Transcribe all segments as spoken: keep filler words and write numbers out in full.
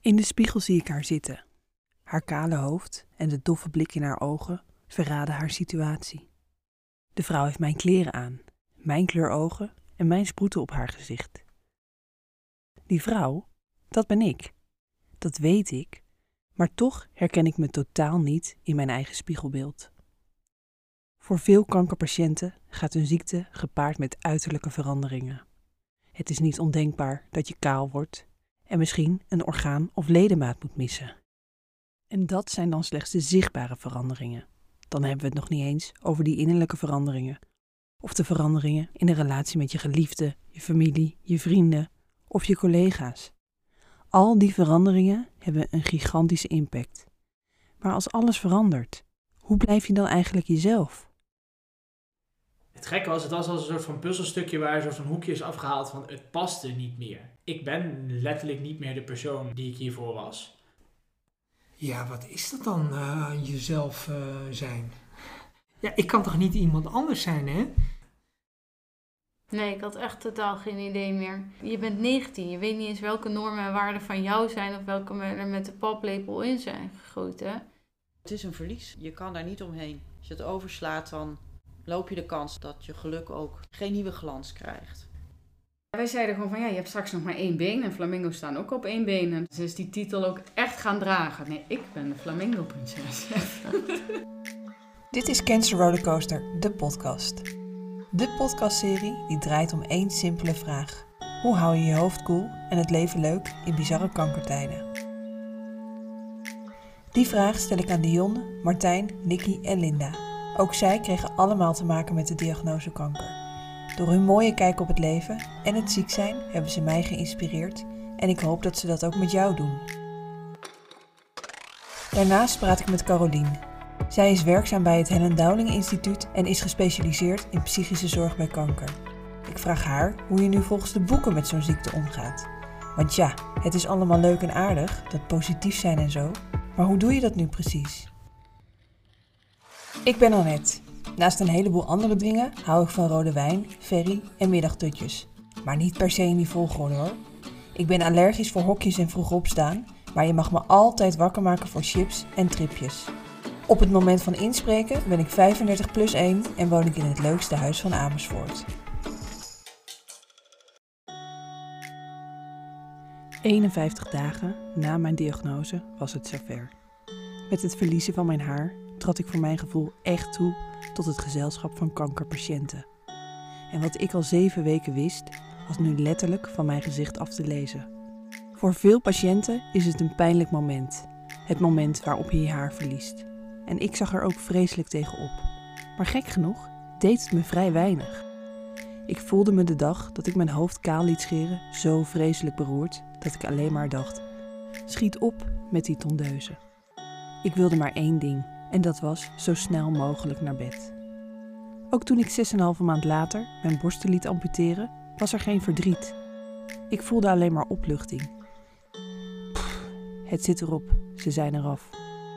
In de spiegel zie ik haar zitten. Haar kale hoofd en de doffe blik in haar ogen verraden haar situatie. De vrouw heeft mijn kleren aan, mijn kleur ogen en mijn sproeten op haar gezicht. Die vrouw, dat ben ik. Dat weet ik, maar toch herken ik me totaal niet in mijn eigen spiegelbeeld. Voor veel kankerpatiënten gaat hun ziekte gepaard met uiterlijke veranderingen. Het is niet ondenkbaar dat je kaal wordt en misschien een orgaan of ledemaat moet missen. En dat zijn dan slechts de zichtbare veranderingen. Dan hebben we het nog niet eens over die innerlijke veranderingen. Of de veranderingen in de relatie met je geliefde, je familie, je vrienden of je collega's. Al die veranderingen hebben een gigantische impact. Maar als alles verandert, hoe blijf je dan eigenlijk jezelf? Het gekke was, het was als een soort van puzzelstukje waar een soort van hoekje is afgehaald van het paste niet meer. Ik ben letterlijk niet meer de persoon die ik hiervoor was. Ja, wat is dat dan, uh, jezelf uh, zijn? Ja, ik kan toch niet iemand anders zijn, hè? Nee, ik had echt totaal geen idee meer. Je bent negentien, je weet niet eens welke normen en waarden van jou zijn of welke er met de paplepel in zijn gegoten. Het is een verlies, je kan daar niet omheen. Als je het overslaat, dan loop je de kans dat je geluk ook geen nieuwe glans krijgt. Wij zeiden gewoon van ja, je hebt straks nog maar één been en flamingo's staan ook op één been. En ze is die titel ook echt gaan dragen. Nee, ik ben de flamingo-prinses. Dit is Cancer Rollercoaster, de podcast. De podcastserie die draait om één simpele vraag. Hoe hou je je hoofd koel en het leven leuk in bizarre kankertijden? Die vraag stel ik aan Dionne, Martijn, Nicky en Linda. Ook zij kregen allemaal te maken met de diagnose kanker. Door hun mooie kijk op het leven en het ziek zijn hebben ze mij geïnspireerd en ik hoop dat ze dat ook met jou doen. Daarnaast praat ik met Carolien. Zij is werkzaam bij het Helen Dowling Instituut en is gespecialiseerd in psychische zorg bij kanker. Ik vraag haar hoe je nu volgens de boeken met zo'n ziekte omgaat. Want ja, het is allemaal leuk en aardig, dat positief zijn en zo, maar hoe doe je dat nu precies? Ik ben Annette. Naast een heleboel andere dingen hou ik van rode wijn, ferry en middagdutjes. Maar niet per se in die volgorde hoor. Ik ben allergisch voor hokjes en vroeg opstaan, maar je mag me altijd wakker maken voor chips en tripjes. Op het moment van inspreken ben ik vijfendertig plus één en woon ik in het leukste huis van Amersfoort. eenenvijftig dagen na mijn diagnose was het zover. Met het verliezen van mijn haar trad ik voor mijn gevoel echt toe tot het gezelschap van kankerpatiënten. En wat ik al zeven weken wist, was nu letterlijk van mijn gezicht af te lezen. Voor veel patiënten is het een pijnlijk moment. Het moment waarop je je haar verliest. En ik zag er ook vreselijk tegenop. Maar gek genoeg deed het me vrij weinig. Ik voelde me de dag dat ik mijn hoofd kaal liet scheren zo vreselijk beroerd dat ik alleen maar dacht: schiet op met die tondeuze. Ik wilde maar één ding en dat was zo snel mogelijk naar bed. Ook toen ik zes en een halve maand later mijn borsten liet amputeren, was er geen verdriet. Ik voelde alleen maar opluchting. Pff, het zit erop, ze zijn eraf.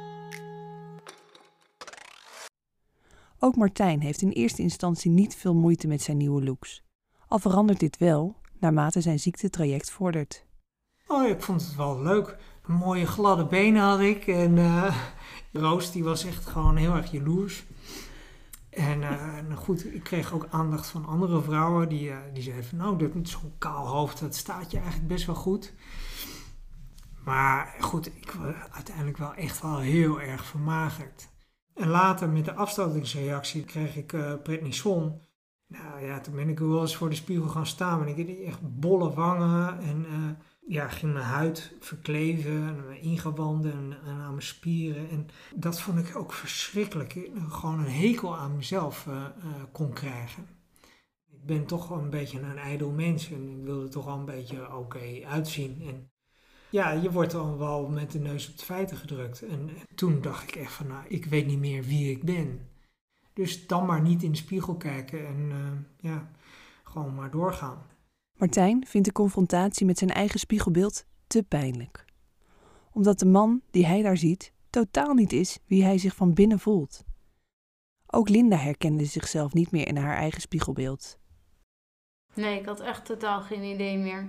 Ook Martijn heeft in eerste instantie niet veel moeite met zijn nieuwe looks. Al verandert dit wel naarmate zijn ziektetraject vordert. Oh, ik vond het wel leuk. Mooie gladde benen had ik. En uh, Roos die was echt gewoon heel erg jaloers. En uh, nou goed, ik kreeg ook aandacht van andere vrouwen. Die, uh, die zeiden van nou, dit, zo'n kaal hoofd, dat staat je eigenlijk best wel goed. Maar goed, ik was uiteindelijk wel echt wel heel erg vermagerd. En later met de afstotingsreactie kreeg ik uh, prednison. Nou ja, toen ben ik wel eens voor de spiegel gaan staan. En ik had echt bolle wangen. En uh, ja, ging mijn huid verkleven. En mijn ingewanden en, en aan mijn spieren. En dat vond ik ook verschrikkelijk. Ik gewoon een hekel aan mezelf uh, uh, kon krijgen. Ik ben toch wel een beetje een ijdel mens. En ik wilde toch wel een beetje oké okay uitzien. En ja, je wordt dan wel met de neus op de feiten gedrukt. En, en toen dacht ik echt van, nou, ik weet niet meer wie ik ben. Dus dan maar niet in de spiegel kijken en uh, ja, gewoon maar doorgaan. Martijn vindt de confrontatie met zijn eigen spiegelbeeld te pijnlijk. Omdat de man die hij daar ziet totaal niet is wie hij zich van binnen voelt. Ook Linda herkende zichzelf niet meer in haar eigen spiegelbeeld. Nee, ik had echt totaal geen idee meer.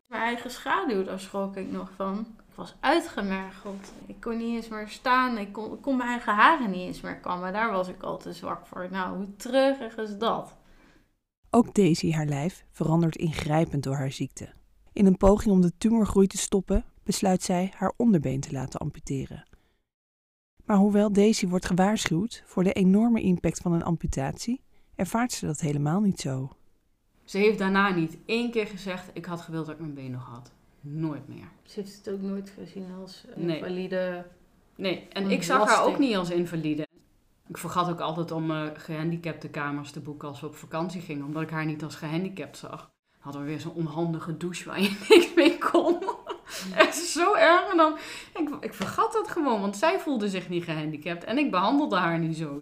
Mijn eigen schaduw, daar schrok ik nog van. Ik was uitgemergeld. Ik kon niet eens meer staan. Ik kon, ik kon mijn eigen haren niet eens meer kammen. Daar was ik al te zwak voor. Nou, hoe treurig is dat? Ook Daisy, haar lijf, verandert ingrijpend door haar ziekte. In een poging om de tumorgroei te stoppen, besluit zij haar onderbeen te laten amputeren. Maar hoewel Daisy wordt gewaarschuwd voor de enorme impact van een amputatie, ervaart ze dat helemaal niet zo. Ze heeft daarna niet één keer gezegd, ik had gewild dat ik mijn been nog had. Nooit meer. Ze heeft het ook nooit gezien als Nee. invalide. Nee, en Een ik zag haar belasting. ook niet als invalide. Ik vergat ook altijd om uh, gehandicapte kamers te boeken als we op vakantie gingen, omdat ik haar niet als gehandicapt zag. Hadden we weer zo'n onhandige douche waar je niks mee kon. Echt zo erg. En dan, ik, ik vergat dat gewoon, want zij voelde zich niet gehandicapt en ik behandelde haar niet zo.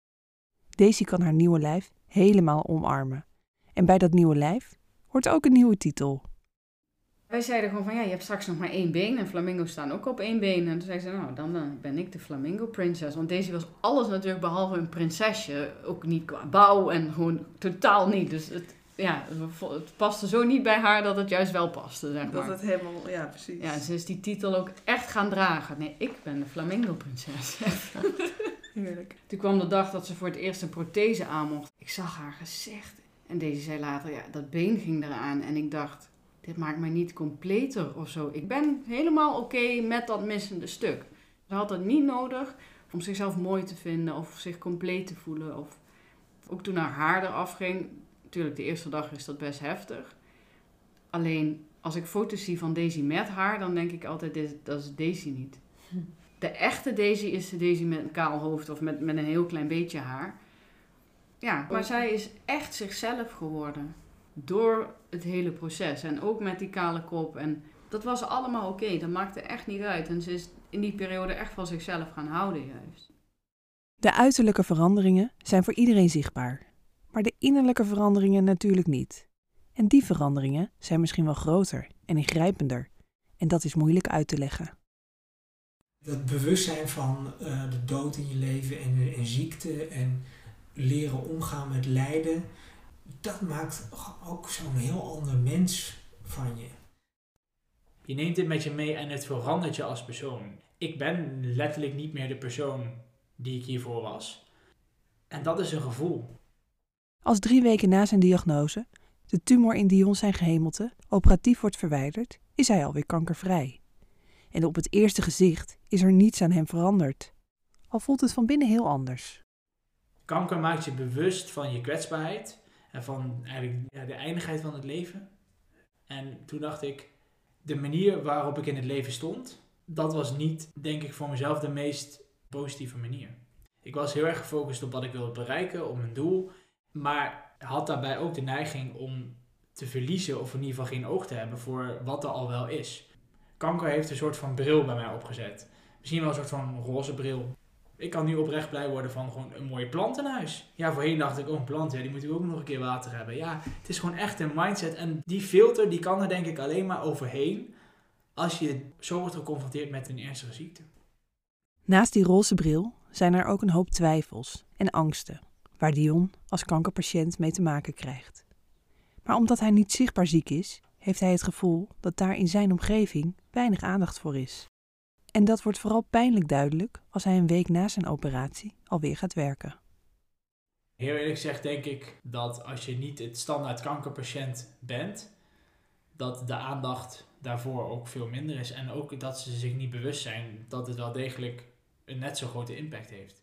Daisy kan haar nieuwe lijf helemaal omarmen. En bij dat nieuwe lijf hoort ook een nieuwe titel. Wij zeiden gewoon van, ja, je hebt straks nog maar één been en flamingo's staan ook op één been. En toen zei ze, nou, dan, dan ben ik de flamingo princess. Want Daisy was alles natuurlijk behalve een prinsesje. Ook niet qua bouw en gewoon totaal niet. Dus het, ja, het paste zo niet bij haar dat het juist wel paste, zeg maar. Dat het helemaal, ja precies. Ja, ze is die titel ook echt gaan dragen. Nee, ik ben de flamingo prinses. Heerlijk. Toen kwam de dag dat ze voor het eerst een prothese aan mocht. Ik zag haar gezicht. En Daisy zei later, ja, dat been ging eraan. En ik dacht, dit maakt mij niet completer of zo. Ik ben helemaal oké met dat missende stuk. Ze had het niet nodig om zichzelf mooi te vinden of zich compleet te voelen. Of ook toen haar haar eraf ging. Natuurlijk, de eerste dag is dat best heftig. Alleen, als ik foto's zie van Daisy met haar, dan denk ik altijd, dit, dat is Daisy niet. De echte Daisy is de Daisy met een kaal hoofd of met, met een heel klein beetje haar. Ja, maar zij is echt zichzelf geworden. Door het hele proces. En ook met die kale kop. En dat was allemaal oké. Okay. Dat maakte echt niet uit. En ze is in die periode echt van zichzelf gaan houden juist. De uiterlijke veranderingen zijn voor iedereen zichtbaar. Maar de innerlijke veranderingen natuurlijk niet. En die veranderingen zijn misschien wel groter en ingrijpender. En dat is moeilijk uit te leggen. Dat bewustzijn van uh, de dood in je leven en, en ziekte en leren omgaan met lijden, dat maakt ook zo'n heel ander mens van je. Je neemt dit met je mee en het verandert je als persoon. Ik ben letterlijk niet meer de persoon die ik hiervoor was. En dat is een gevoel. Als drie weken na zijn diagnose de tumor in Dion zijn gehemelte operatief wordt verwijderd, is hij alweer kankervrij. En op het eerste gezicht is er niets aan hem veranderd. Al voelt het van binnen heel anders. Kanker maakt je bewust van je kwetsbaarheid en van eigenlijk ja, de eindigheid van het leven. En toen dacht ik, de manier waarop ik in het leven stond, dat was niet, denk ik, voor mezelf de meest positieve manier. Ik was heel erg gefocust op wat ik wilde bereiken, op mijn doel, maar had daarbij ook de neiging om te verliezen of in ieder geval geen oog te hebben voor wat er al wel is. Kanker heeft een soort van bril bij mij opgezet. Misschien wel een soort van roze bril. Ik kan nu oprecht blij worden van gewoon een mooie plant in huis. Ja, voorheen dacht ik, oh een plant, ja, die moet ik ook nog een keer water hebben. Ja, het is gewoon echt een mindset. En die filter, die kan er denk ik alleen maar overheen als je zo wordt geconfronteerd met een ernstige ziekte. Naast die roze bril zijn er ook een hoop twijfels en angsten, waar Dion als kankerpatiënt mee te maken krijgt. Maar omdat hij niet zichtbaar ziek is, heeft hij het gevoel dat daar in zijn omgeving weinig aandacht voor is. En dat wordt vooral pijnlijk duidelijk als hij een week na zijn operatie alweer gaat werken. Heel eerlijk gezegd denk ik dat als je niet het standaard kankerpatiënt bent, dat de aandacht daarvoor ook veel minder is. En ook dat ze zich niet bewust zijn dat het wel degelijk een net zo grote impact heeft.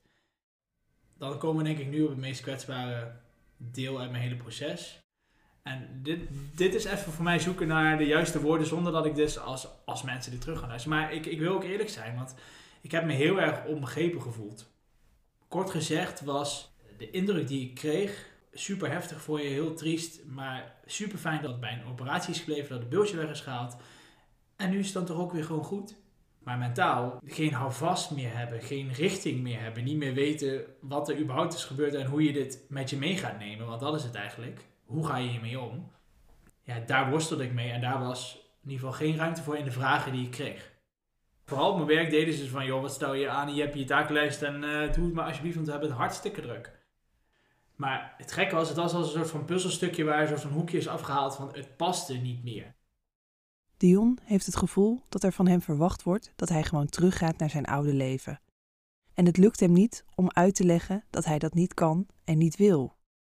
Dan komen we denk ik nu op het meest kwetsbare deel uit mijn hele proces. En dit, dit is even voor mij zoeken naar de juiste woorden zonder dat ik dus als, als mensen dit terug gaan luisteren. Maar ik, ik wil ook eerlijk zijn, want ik heb me heel erg onbegrepen gevoeld. Kort gezegd was de indruk die ik kreeg super heftig voor je, heel triest, maar super fijn dat het bij een operatie is gebleven, dat het beeldje weg is gehaald. En nu is het dan toch ook weer gewoon goed. Maar mentaal geen houvast meer hebben, geen richting meer hebben, niet meer weten wat er überhaupt is gebeurd en hoe je dit met je mee gaat nemen, want dat is het eigenlijk. Hoe ga je hiermee om? Ja, daar worstelde ik mee en daar was in ieder geval geen ruimte voor in de vragen die ik kreeg. Vooral op mijn werk deden ze van, joh, wat stel je aan, je hebt je taaklijst en uh, doe het maar alsjeblieft, want we hebben het hartstikke druk. Maar het gekke was, het was als een soort van puzzelstukje waar een soort van hoekje is afgehaald van, het paste niet meer. Dion heeft het gevoel dat er van hem verwacht wordt dat hij gewoon teruggaat naar zijn oude leven. En het lukt hem niet om uit te leggen dat hij dat niet kan en niet wil.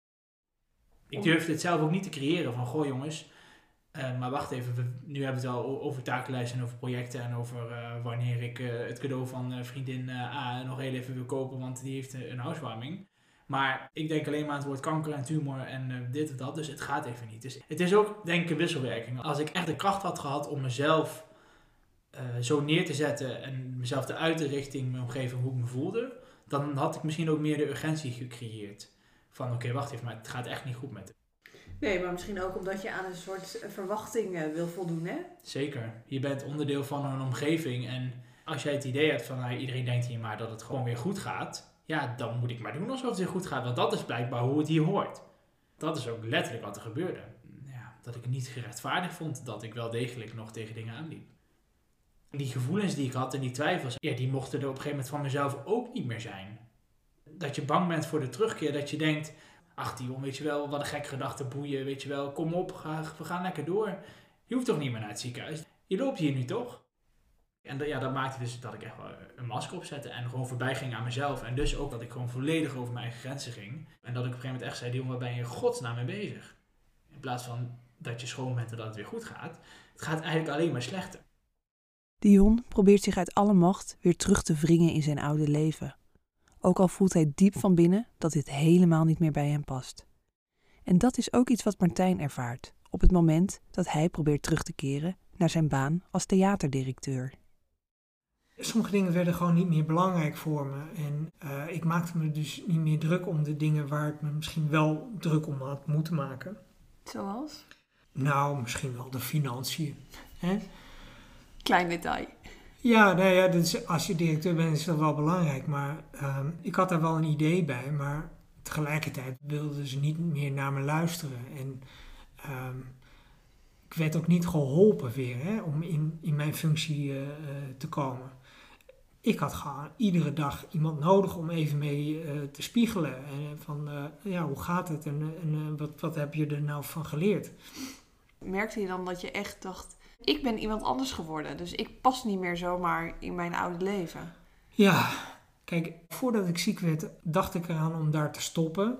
Ik durfde het zelf ook niet te creëren van, goh jongens, uh, maar wacht even, we, nu hebben we het al over takenlijsten en over projecten en over uh, wanneer ik uh, het cadeau van uh, vriendin uh, A nog heel even wil kopen, want die heeft uh, een housewarming. Maar ik denk alleen maar aan het woord kanker en tumor en uh, dit of dat, dus het gaat even niet. Dus het is ook, denk ik, een wisselwerking. Als ik echt de kracht had gehad om mezelf uh, zo neer te zetten en mezelf te uiten richting mijn omgeving, hoe ik me voelde, dan had ik misschien ook meer de urgentie gecreëerd. Van oké, okay, wacht even, maar het gaat echt niet goed met het. Nee, maar misschien ook omdat je aan een soort verwachting uh, wil voldoen, hè? Zeker. Je bent onderdeel van een omgeving en als jij het idee hebt van nou, iedereen denkt hier maar dat het gewoon weer goed gaat, ja, dan moet ik maar doen alsof het weer goed gaat, want dat is blijkbaar hoe het hier hoort. Dat is ook letterlijk wat er gebeurde. Ja, dat ik het niet gerechtvaardigd vond dat ik wel degelijk nog tegen dingen aanliep. Die gevoelens die ik had en die twijfels, ja, die mochten er op een gegeven moment van mezelf ook niet meer zijn. Dat je bang bent voor de terugkeer, dat je denkt, ach Dion, weet je wel, wat een gekke gedachte, boeien, weet je wel, kom op, ga, we gaan lekker door. Je hoeft toch niet meer naar het ziekenhuis, je loopt hier nu toch? En dat, ja, dat maakte dus dat ik echt wel een masker opzette en gewoon voorbij ging aan mezelf. En dus ook dat ik gewoon volledig over mijn eigen grenzen ging. En dat ik op een gegeven moment echt zei, Dion, waar ben je in godsnaam mee bezig? In plaats van dat je schoon bent en dat het weer goed gaat. Het gaat eigenlijk alleen maar slechter. Dion probeert zich uit alle macht weer terug te wringen in zijn oude leven. Ook al voelt hij diep van binnen dat dit helemaal niet meer bij hem past. En dat is ook iets wat Martijn ervaart op het moment dat hij probeert terug te keren naar zijn baan als theaterdirecteur. Sommige dingen werden gewoon niet meer belangrijk voor me. En uh, ik maakte me dus niet meer druk om de dingen waar ik me misschien wel druk om had moeten maken. Zoals? Nou, misschien wel de financiën. Hè? Klein detail. Ja, nou ja, dus als je directeur bent is dat wel belangrijk. Maar um, ik had daar wel een idee bij. Maar tegelijkertijd wilden ze niet meer naar me luisteren. En um, ik werd ook niet geholpen weer hè, om in, in mijn functie uh, uh, te komen. Ik had gewoon iedere dag iemand nodig om even mee uh, te spiegelen. En van, uh, ja, hoe gaat het en, en uh, wat, wat heb je er nou van geleerd? Merkte je dan dat je echt dacht, ik ben iemand anders geworden. Dus ik pas niet meer zomaar in mijn oude leven. Ja, kijk, voordat ik ziek werd, dacht ik eraan om daar te stoppen.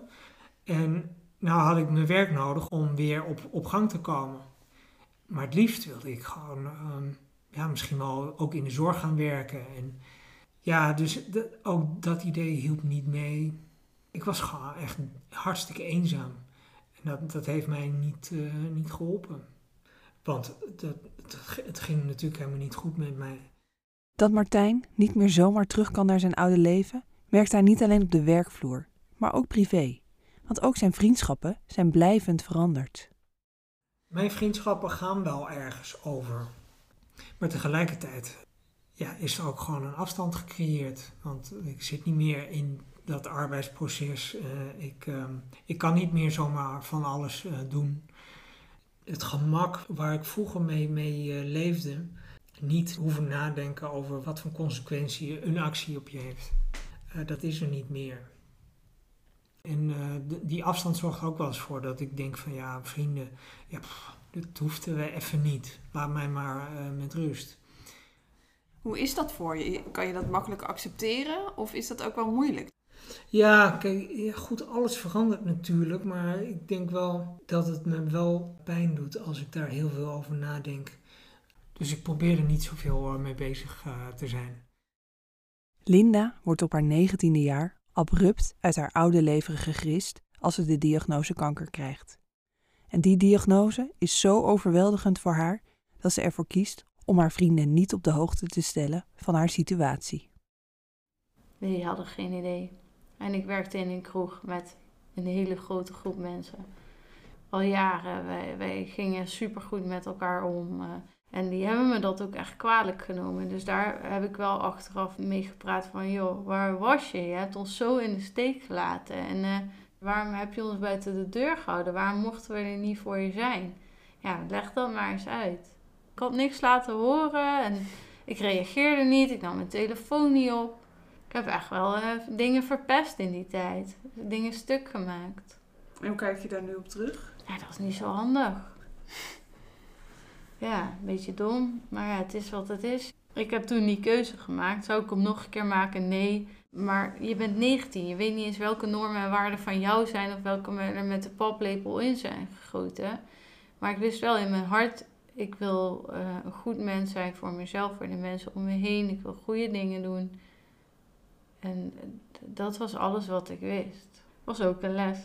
En nou had ik mijn werk nodig om weer op, op gang te komen. Maar het liefst wilde ik gewoon, um, ja, misschien wel ook in de zorg gaan werken. En ja, dus de, ook dat idee hielp niet mee. Ik was gewoon echt hartstikke eenzaam. En dat, dat heeft mij niet, uh, niet geholpen. Want dat, het, het ging natuurlijk helemaal niet goed met mij. Dat Martijn niet meer zomaar terug kan naar zijn oude leven, merkt hij niet alleen op de werkvloer, maar ook privé. Want ook zijn vriendschappen zijn blijvend veranderd. Mijn vriendschappen gaan wel ergens over. Maar tegelijkertijd ja, is er ook gewoon een afstand gecreëerd. Want ik zit niet meer in dat arbeidsproces. Uh, ik, uh, ik kan niet meer zomaar van alles uh, doen. Het gemak waar ik vroeger mee, mee uh, leefde, niet hoeven nadenken over wat voor consequentie een actie op je heeft. Uh, dat is er niet meer. En uh, d- die afstand zorgt er ook wel eens voor dat ik denk van ja, vrienden, ja, pff, dat hoeft er even niet. Laat mij maar uh, met rust. Hoe is dat voor je? Kan je dat makkelijk accepteren of is dat ook wel moeilijk? Ja, kijk, ja, goed, alles verandert natuurlijk, maar ik denk wel dat het me wel pijn doet als ik daar heel veel over nadenk. Dus ik probeer er niet zoveel mee bezig uh, te zijn. Linda wordt op haar negentiende jaar abrupt uit haar oude leven gegrist als ze de diagnose kanker krijgt. En die diagnose is zo overweldigend voor haar dat ze ervoor kiest om haar vrienden niet op de hoogte te stellen van haar situatie. Die hadden geen idee. En ik werkte in een kroeg met een hele grote groep mensen. Al jaren, wij, wij gingen supergoed met elkaar om. Uh, en die hebben me dat ook echt kwalijk genomen. Dus daar heb ik wel achteraf mee gepraat van, joh, waar was je? Je hebt ons zo in de steek gelaten. En uh, waarom heb je ons buiten de deur gehouden? Waarom mochten we er niet voor je zijn? Ja, leg dat maar eens uit. Ik had niks laten horen en ik reageerde niet. Ik nam mijn telefoon niet op. Ik heb echt wel uh, dingen verpest in die tijd. Dingen stuk gemaakt. En hoe kijk je daar nu op terug? Ja, dat is niet zo handig. Ja, een beetje dom, maar ja, het is wat het is. Ik heb toen die keuze gemaakt. Zou ik hem nog een keer maken? Nee. Maar je bent negentien. Je weet niet eens welke normen en waarden van jou zijn of welke er met de paplepel in zijn gegoten. Maar ik wist wel in mijn hart, ik wil uh, een goed mens zijn voor mezelf, voor de mensen om me heen. Ik wil goede dingen doen. En dat was alles wat ik wist. Was ook een les.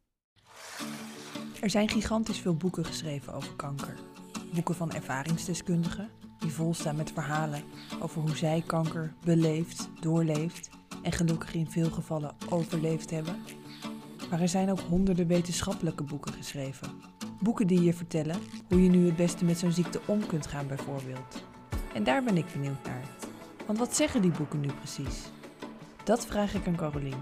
Er zijn gigantisch veel boeken geschreven over kanker. Boeken van ervaringsdeskundigen die vol staan met verhalen over hoe zij kanker beleefd, doorleefd en gelukkig in veel gevallen overleefd hebben. Maar er zijn ook honderden wetenschappelijke boeken geschreven. Boeken die je vertellen hoe je nu het beste met zo'n ziekte om kunt gaan bijvoorbeeld. En daar ben ik benieuwd naar. Want wat zeggen die boeken nu precies? Dat vraag ik aan Carolien.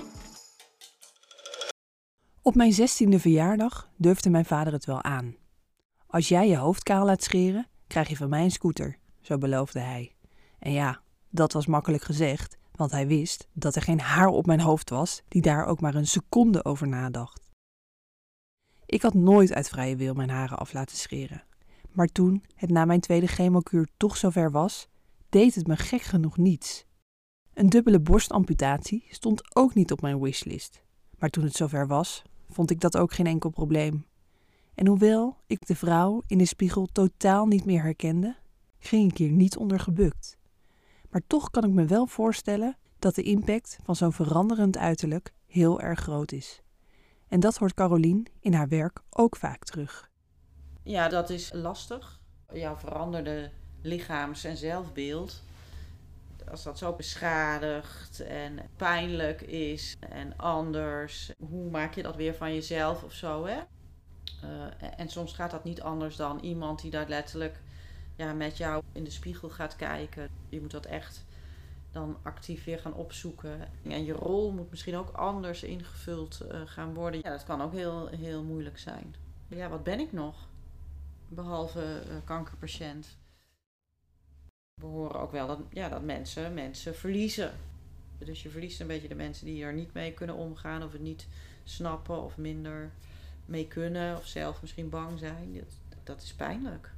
Op mijn zestiende verjaardag durfde mijn vader het wel aan. Als jij je hoofd kaal laat scheren, krijg je van mij een scooter, zo beloofde hij. En ja, dat was makkelijk gezegd, want hij wist dat er geen haar op mijn hoofd was die daar ook maar een seconde over nadacht. Ik had nooit uit vrije wil mijn haren af laten scheren. Maar toen het na mijn tweede chemokuur toch zover was, deed het me gek genoeg niets. Een dubbele borstamputatie stond ook niet op mijn wishlist. Maar toen het zover was, vond ik dat ook geen enkel probleem. En hoewel ik de vrouw in de spiegel totaal niet meer herkende, ging ik hier niet onder gebukt. Maar toch kan ik me wel voorstellen dat de impact van zo'n veranderend uiterlijk heel erg groot is. En dat hoort Carolien in haar werk ook vaak terug. Ja, dat is lastig. Jouw veranderde lichaams- en zelfbeeld, als dat zo beschadigd en pijnlijk is en anders, hoe maak je dat weer van jezelf of zo, hè? Uh, en soms gaat dat niet anders dan iemand die daar letterlijk ja, met jou in de spiegel gaat kijken. Je moet dat echt dan actief weer gaan opzoeken. En je rol moet misschien ook anders ingevuld uh, gaan worden. Ja, dat kan ook heel, heel moeilijk zijn. Ja, wat ben ik nog? Behalve uh, kankerpatiënt. We horen ook wel dat, ja, dat mensen mensen verliezen. Dus je verliest een beetje de mensen die er niet mee kunnen omgaan of het niet snappen of minder mee kunnen of zelf misschien bang zijn. Dat, dat is pijnlijk.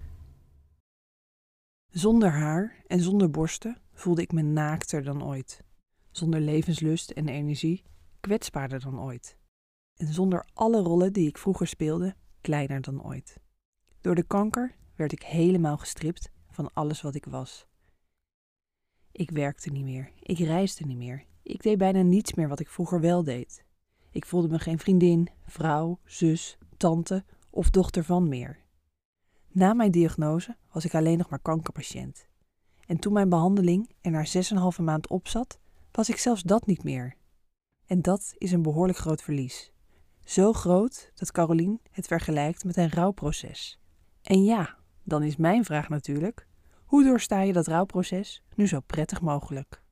Zonder haar en zonder borsten voelde ik me naakter dan ooit. Zonder levenslust en energie kwetsbaarder dan ooit. En zonder alle rollen die ik vroeger speelde, kleiner dan ooit. Door de kanker werd ik helemaal gestript van alles wat ik was. Ik werkte niet meer, ik reisde niet meer, ik deed bijna niets meer wat ik vroeger wel deed. Ik voelde me geen vriendin, vrouw, zus, tante of dochter van meer. Na mijn diagnose was ik alleen nog maar kankerpatiënt. En toen mijn behandeling er na zes en een halve maand op zat, was ik zelfs dat niet meer. En dat is een behoorlijk groot verlies. Zo groot dat Carolien het vergelijkt met een rouwproces. En ja, dan is mijn vraag natuurlijk, hoe doorsta je dat rouwproces nu zo prettig mogelijk?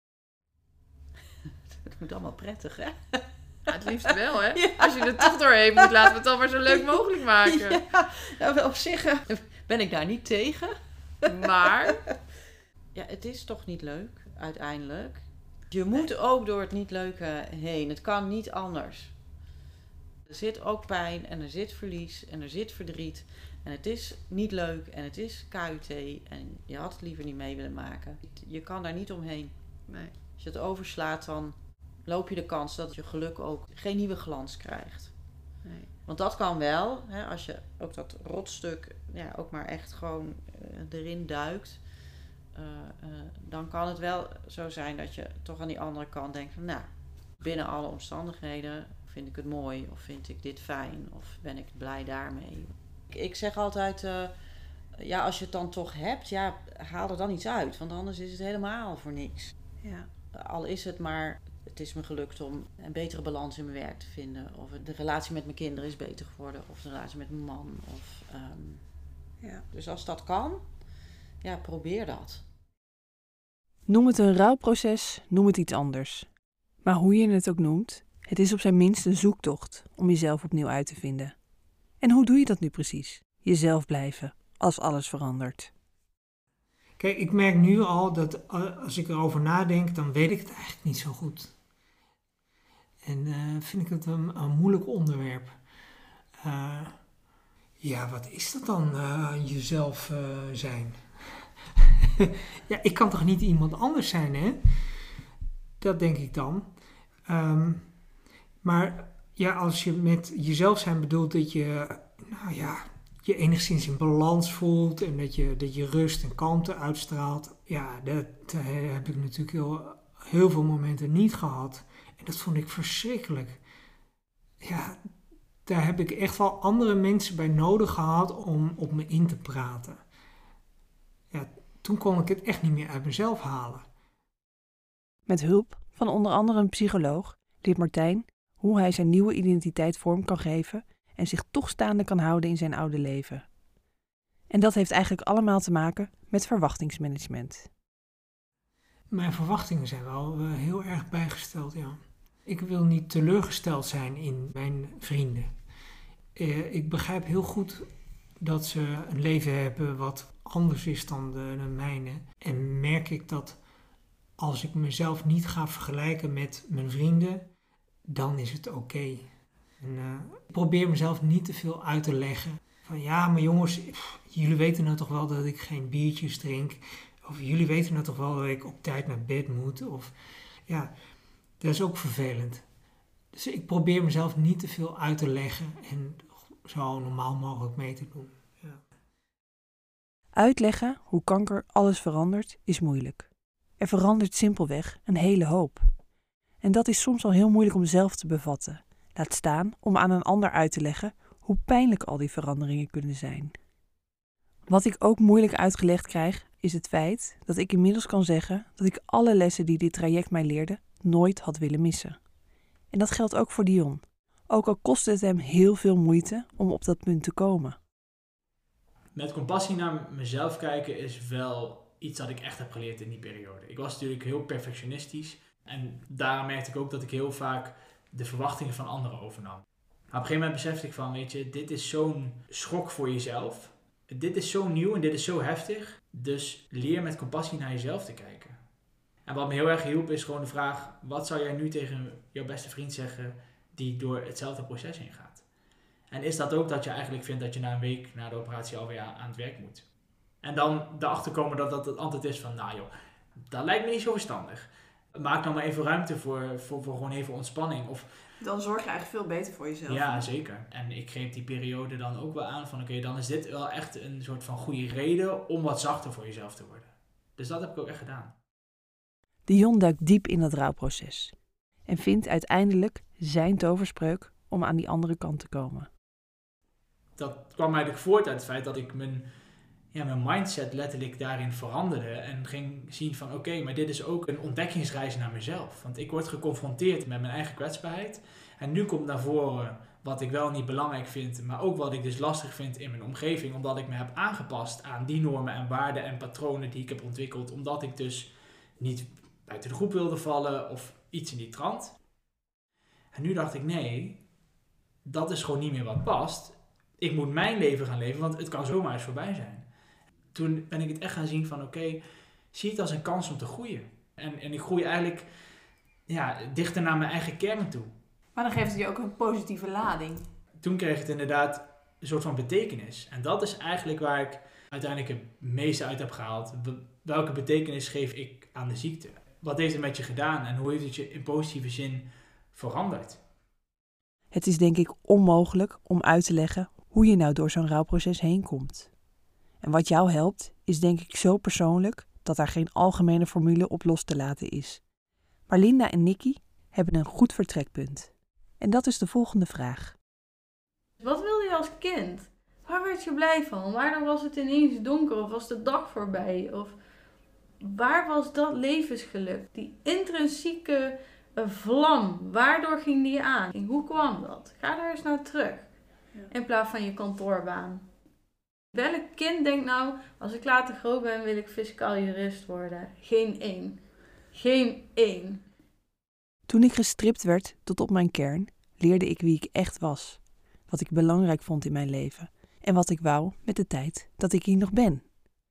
Het moet allemaal prettig, hè? Ja, het liefst wel, hè? Ja. Als je er toch doorheen moet, laten we het dan maar zo leuk mogelijk maken. Ja, nou, op zich ben ik daar niet tegen. Maar? Ja, het is toch niet leuk, uiteindelijk. Je moet ook door het niet leuke heen. Het kan niet anders. Er zit ook pijn en er zit verlies en er zit verdriet. En het is niet leuk en het is K U T en je had het liever niet mee willen maken. Je kan daar niet omheen. Nee. Als je het overslaat, dan loop je de kans dat je geluk ook geen nieuwe glans krijgt. Nee. Want dat kan wel, hè, als je ook dat rotstuk ja, ook maar echt gewoon uh, erin duikt. Uh, uh, dan kan het wel zo zijn dat je toch aan die andere kant denkt van, nou, binnen alle omstandigheden vind ik het mooi of vind ik dit fijn of ben ik blij daarmee. Ik, ik zeg altijd, uh, ja, als je het dan toch hebt, ja, haal er dan iets uit, want anders is het helemaal voor niks. Ja. Al is het maar, het is me gelukt om een betere balans in mijn werk te vinden. Of de relatie met mijn kinderen is beter geworden. Of de relatie met mijn man. Of, um, ja. Dus als dat kan, ja, probeer dat. Noem het een rouwproces, noem het iets anders. Maar hoe je het ook noemt, het is op zijn minst een zoektocht om jezelf opnieuw uit te vinden. En hoe doe je dat nu precies? Jezelf blijven, als alles verandert. Kijk, ik merk nu al dat als ik erover nadenk, dan weet ik het eigenlijk niet zo goed. En uh, vind ik het een, een moeilijk onderwerp. Uh, Ja, wat is dat dan, uh, jezelf uh, zijn? Ja, ik kan toch niet iemand anders zijn, hè? Dat denk ik dan. Um, maar ja, als je met jezelf zijn bedoelt dat je, nou ja, je enigszins in balans voelt en dat je, dat je rust en kalmte uitstraalt. Ja, dat uh, heb ik natuurlijk heel, heel veel momenten niet gehad. En dat vond ik verschrikkelijk. Ja, daar heb ik echt wel andere mensen bij nodig gehad om op me in te praten. Ja, toen kon ik het echt niet meer uit mezelf halen. Met hulp van onder andere een psycholoog leert Martijn hoe hij zijn nieuwe identiteit vorm kan geven en zich toch staande kan houden in zijn oude leven. En dat heeft eigenlijk allemaal te maken met verwachtingsmanagement. Mijn verwachtingen zijn wel uh, heel erg bijgesteld, ja. Ik wil niet teleurgesteld zijn in mijn vrienden. Uh, ik begrijp heel goed dat ze een leven hebben wat anders is dan de, de mijne. En merk ik dat als ik mezelf niet ga vergelijken met mijn vrienden, dan is het oké. Okay. Uh, ik probeer mezelf niet te veel uit te leggen. Van ja, maar jongens, pff, jullie weten nou toch wel dat ik geen biertjes drink. Of jullie weten nou toch wel dat ik op tijd naar bed moet. Of ja, dat is ook vervelend. Dus ik probeer mezelf niet te veel uit te leggen en zo normaal mogelijk mee te doen. Ja. Uitleggen hoe kanker alles verandert is moeilijk. Er verandert simpelweg een hele hoop. En dat is soms al heel moeilijk om zelf te bevatten. Laat staan om aan een ander uit te leggen hoe pijnlijk al die veranderingen kunnen zijn. Wat ik ook moeilijk uitgelegd krijg, is het feit dat ik inmiddels kan zeggen dat ik alle lessen die dit traject mij leerde nooit had willen missen. En dat geldt ook voor Dion. Ook al kostte het hem heel veel moeite om op dat punt te komen. Met compassie naar mezelf kijken is wel iets dat ik echt heb geleerd in die periode. Ik was natuurlijk heel perfectionistisch en daarom merkte ik ook dat ik heel vaak de verwachtingen van anderen overnam. Maar op een gegeven moment besefte ik van, weet je, dit is zo'n schok voor jezelf. Dit is zo nieuw en dit is zo heftig. Dus leer met compassie naar jezelf te kijken. En wat me heel erg hielp is gewoon de vraag, wat zou jij nu tegen jouw beste vriend zeggen die door hetzelfde proces heen gaat? En is dat ook dat je eigenlijk vindt dat je na een week na de operatie alweer aan het werk moet? En dan erachter komen dat dat het antwoord is van, nou joh, dat lijkt me niet zo verstandig. Maak dan maar even ruimte voor, voor, voor gewoon even ontspanning. Of, dan zorg je eigenlijk veel beter voor jezelf. Ja, zeker. En ik greep die periode dan ook wel aan van, oké, okay, dan is dit wel echt een soort van goede reden om wat zachter voor jezelf te worden. Dus dat heb ik ook echt gedaan. Dion duikt diep in dat rouwproces en vindt uiteindelijk zijn toverspreuk om aan die andere kant te komen. Dat kwam eigenlijk voort uit het feit dat ik mijn, ja, mijn mindset letterlijk daarin veranderde en ging zien van oké, okay, maar dit is ook een ontdekkingsreis naar mezelf. Want ik word geconfronteerd met mijn eigen kwetsbaarheid en nu komt naar voren wat ik wel niet belangrijk vind, maar ook wat ik dus lastig vind in mijn omgeving, omdat ik me heb aangepast aan die normen en waarden en patronen die ik heb ontwikkeld, omdat ik dus niet buiten de groep wilde vallen of iets in die trant. En nu dacht ik, nee, dat is gewoon niet meer wat past. Ik moet mijn leven gaan leven, want het kan zomaar eens voorbij zijn. Toen ben ik het echt gaan zien van, oké, okay, zie het als een kans om te groeien. En, en ik groei eigenlijk ja, dichter naar mijn eigen kern toe. Maar dan geeft het je ook een positieve lading. Toen kreeg het inderdaad een soort van betekenis. En dat is eigenlijk waar ik uiteindelijk het meeste uit heb gehaald. Welke betekenis geef ik aan de ziekte? Wat heeft het met je gedaan en hoe heeft het je in positieve zin veranderd? Het is denk ik onmogelijk om uit te leggen hoe je nou door zo'n rouwproces heen komt. En wat jou helpt is denk ik zo persoonlijk dat daar geen algemene formule op los te laten is. Maar Linda en Nikki hebben een goed vertrekpunt. En dat is de volgende vraag. Wat wilde je als kind? Waar werd je blij van? Waardoor was het ineens donker of was de dag voorbij? Of waar was dat levensgeluk? Die intrinsieke vlam, waardoor ging die aan? Hoe kwam dat? Ga daar eens naar terug. Ja. In plaats van je kantoorbaan. Welk kind denkt nou, als ik later groot ben, wil ik fiscaal jurist worden? Geen één. Geen één. Toen ik gestript werd tot op mijn kern, leerde ik wie ik echt was. Wat ik belangrijk vond in mijn leven. En wat ik wou met de tijd dat ik hier nog ben.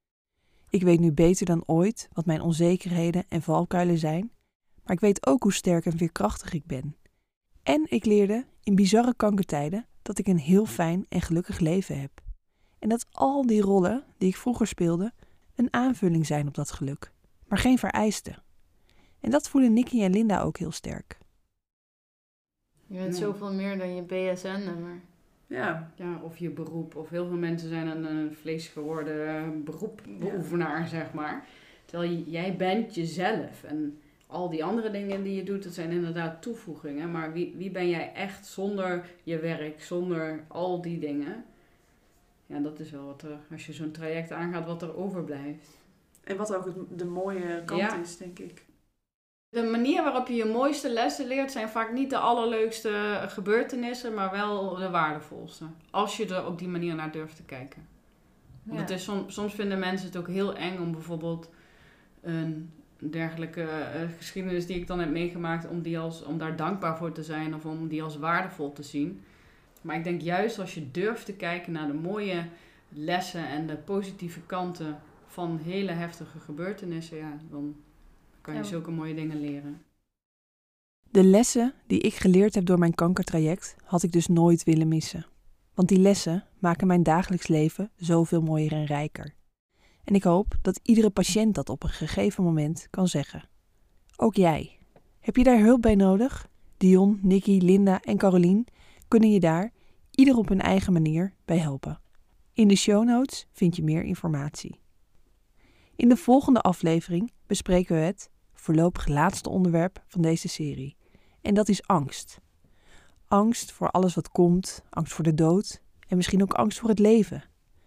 Ik weet nu beter dan ooit wat mijn onzekerheden en valkuilen zijn. Maar ik weet ook hoe sterk en veerkrachtig ik ben. En ik leerde in bizarre kankertijden dat ik een heel fijn en gelukkig leven heb. En dat al die rollen die ik vroeger speelde een aanvulling zijn op dat geluk, maar geen vereiste. En dat voelen Nicky en Linda ook heel sterk. Je bent Nee. zoveel meer dan je B S N-nummer. Ja. ja, of je beroep. Of heel veel mensen zijn een, een vleesgeworden beroepbeoefenaar, zeg maar. Terwijl j- jij bent jezelf. En al die andere dingen die je doet, dat zijn inderdaad toevoegingen. Maar wie, wie ben jij echt zonder je werk, zonder al die dingen? Ja, dat is wel wat er, als je zo'n traject aangaat, wat er overblijft. En wat ook het- de mooie kant Ja. is, denk ik. De manier waarop je je mooiste lessen leert zijn vaak niet de allerleukste gebeurtenissen, maar wel de waardevolste. Als je er op die manier naar durft te kijken. Want Ja. het is som, soms vinden mensen het ook heel eng om bijvoorbeeld een dergelijke eh, geschiedenis die ik dan heb meegemaakt, om, die als, om daar dankbaar voor te zijn of om die als waardevol te zien. Maar ik denk juist als je durft te kijken naar de mooie lessen en de positieve kanten van hele heftige gebeurtenissen, ja, dan kan je Ja. zulke mooie dingen leren. De lessen die ik geleerd heb door mijn kankertraject had ik dus nooit willen missen. Want die lessen maken mijn dagelijks leven zoveel mooier en rijker. En ik hoop dat iedere patiënt dat op een gegeven moment kan zeggen. Ook jij. Heb je daar hulp bij nodig? Dion, Nicky, Linda en Carolien kunnen je daar, ieder op hun eigen manier, bij helpen. In de show notes vind je meer informatie. In de volgende aflevering bespreken we het voorlopig laatste onderwerp van deze serie. En dat is angst. Angst voor alles wat komt, angst voor de dood en misschien ook angst voor het leven.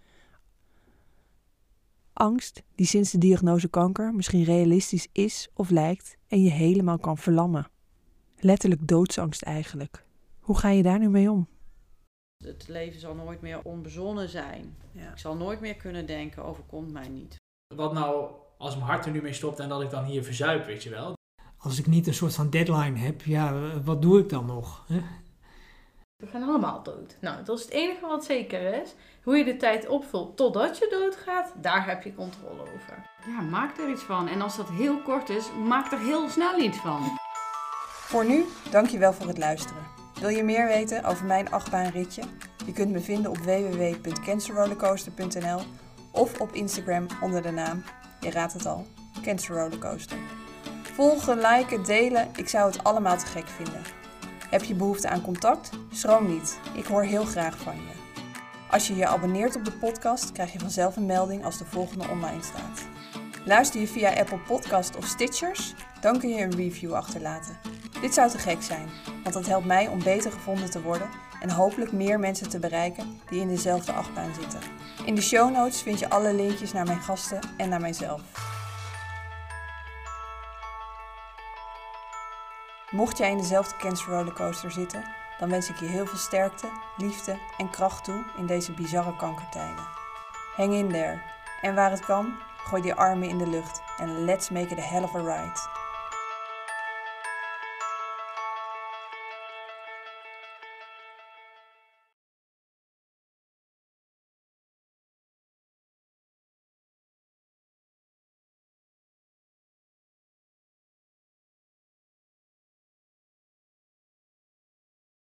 Angst die sinds de diagnose kanker misschien realistisch is of lijkt en je helemaal kan verlammen. Letterlijk doodsangst eigenlijk. Hoe ga je daar nu mee om? Het leven zal nooit meer onbezonnen zijn. Ja. Ik zal nooit meer kunnen denken, overkomt mij niet. Wat nou als mijn hart er nu mee stopt en dat ik dan hier verzuip, weet je wel? Als ik niet een soort van deadline heb, ja, wat doe ik dan nog? Hè? We gaan allemaal dood. Nou, dat is het enige wat zeker is. Hoe je de tijd opvult totdat je doodgaat, daar heb je controle over. Ja, maak er iets van. En als dat heel kort is, maak er heel snel iets van. Voor nu, dankjewel voor het luisteren. Wil je meer weten over mijn achtbaanritje? Je kunt me vinden op w w w punt cancerrollercoaster punt n l of op Instagram onder de naam, je raadt het al, Cancer Rollercoaster. Volgen, liken, delen, ik zou het allemaal te gek vinden. Heb je behoefte aan contact? Schroom niet, ik hoor heel graag van je. Als je je abonneert op de podcast, krijg je vanzelf een melding als de volgende online staat. Luister je via Apple Podcast of Stitchers? Dan kun je een review achterlaten. Dit zou te gek zijn, want dat helpt mij om beter gevonden te worden en hopelijk meer mensen te bereiken die in dezelfde achtbaan zitten. In de show notes vind je alle linkjes naar mijn gasten en naar mijzelf. Mocht jij in dezelfde Cancer Rollercoaster zitten, dan wens ik je heel veel sterkte, liefde en kracht toe in deze bizarre kankertijden. Hang in there. En waar het kan, gooi die armen in de lucht en let's make it a hell of a ride.